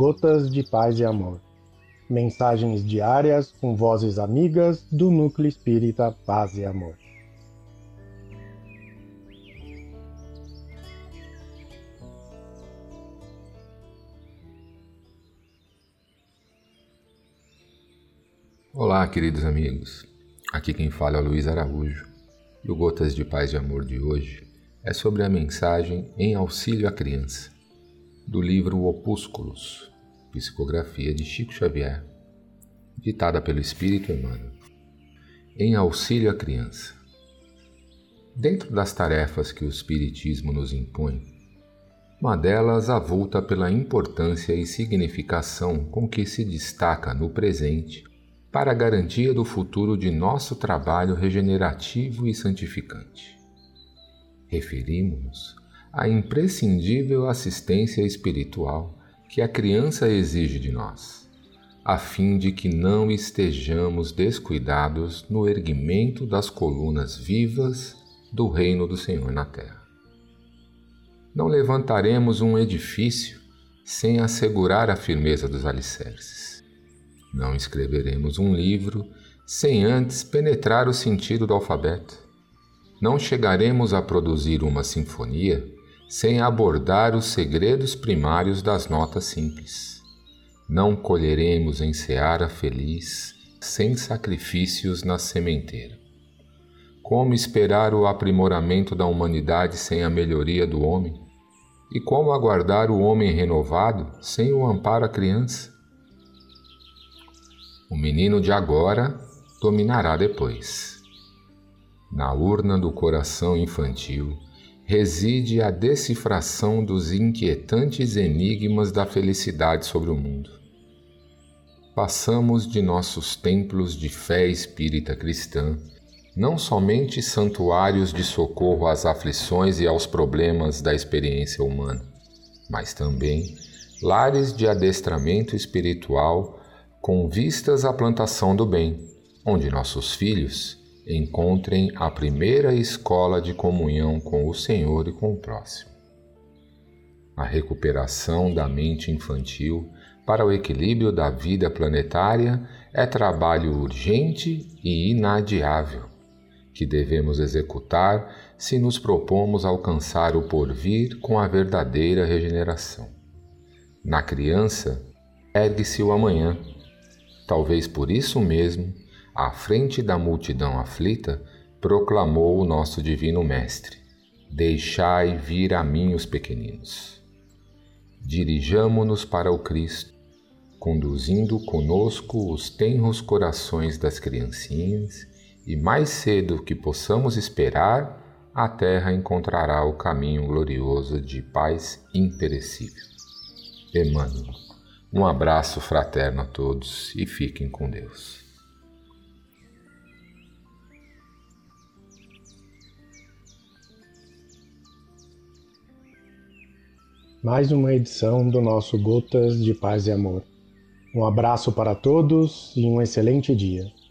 Gotas de Paz e Amor. Mensagens diárias com vozes amigas do Núcleo Espírita Paz e Amor. Olá, queridos amigos. Aqui quem fala é o Luiz Araújo. E o Gotas de Paz e Amor de hoje é sobre a mensagem Em Auxílio à Criança, do livro Opúsculos, psicografia de Chico Xavier, ditada pelo Espírito Emmanuel. Em Auxílio à Criança. Dentro das tarefas que o Espiritismo nos impõe, uma delas avulta pela importância e significação com que se destaca no presente para a garantia do futuro de nosso trabalho regenerativo e santificante. Referimos-nos à imprescindível assistência espiritual que a criança exige de nós, a fim de que não estejamos descuidados no erguimento das colunas vivas do reino do Senhor na terra. Não levantaremos um edifício sem assegurar a firmeza dos alicerces. Não escreveremos um livro sem antes penetrar o sentido do alfabeto. Não chegaremos a produzir uma sinfonia sem abordar os segredos primários das notas simples. Não colheremos em seara feliz sem sacrifícios na sementeira. Como esperar o aprimoramento da humanidade sem a melhoria do homem? E como aguardar o homem renovado sem o amparo à criança? O menino de agora dominará depois. Na urna do coração infantil reside a decifração dos inquietantes enigmas da felicidade sobre o mundo. Passamos de nossos templos de fé espírita cristã não somente santuários de socorro às aflições e aos problemas da experiência humana, mas também lares de adestramento espiritual com vistas à plantação do bem, onde nossos filhos encontrem a primeira escola de comunhão com o Senhor e com o próximo. A recuperação da mente infantil para o equilíbrio da vida planetária é trabalho urgente e inadiável, que devemos executar se nos propomos alcançar o porvir com a verdadeira regeneração. Na criança, ergue-se o amanhã. Talvez por isso mesmo, à frente da multidão aflita, proclamou o nosso Divino Mestre: deixai vir a mim os pequeninos. Dirijamo-nos para o Cristo, conduzindo conosco os tenros corações das criancinhas, e mais cedo que possamos esperar, a terra encontrará o caminho glorioso de paz imperecível. Emmanuel. Um abraço fraterno a todos e fiquem com Deus. Mais uma edição do nosso Gotas de Paz e Amor. Um abraço para todos e um excelente dia.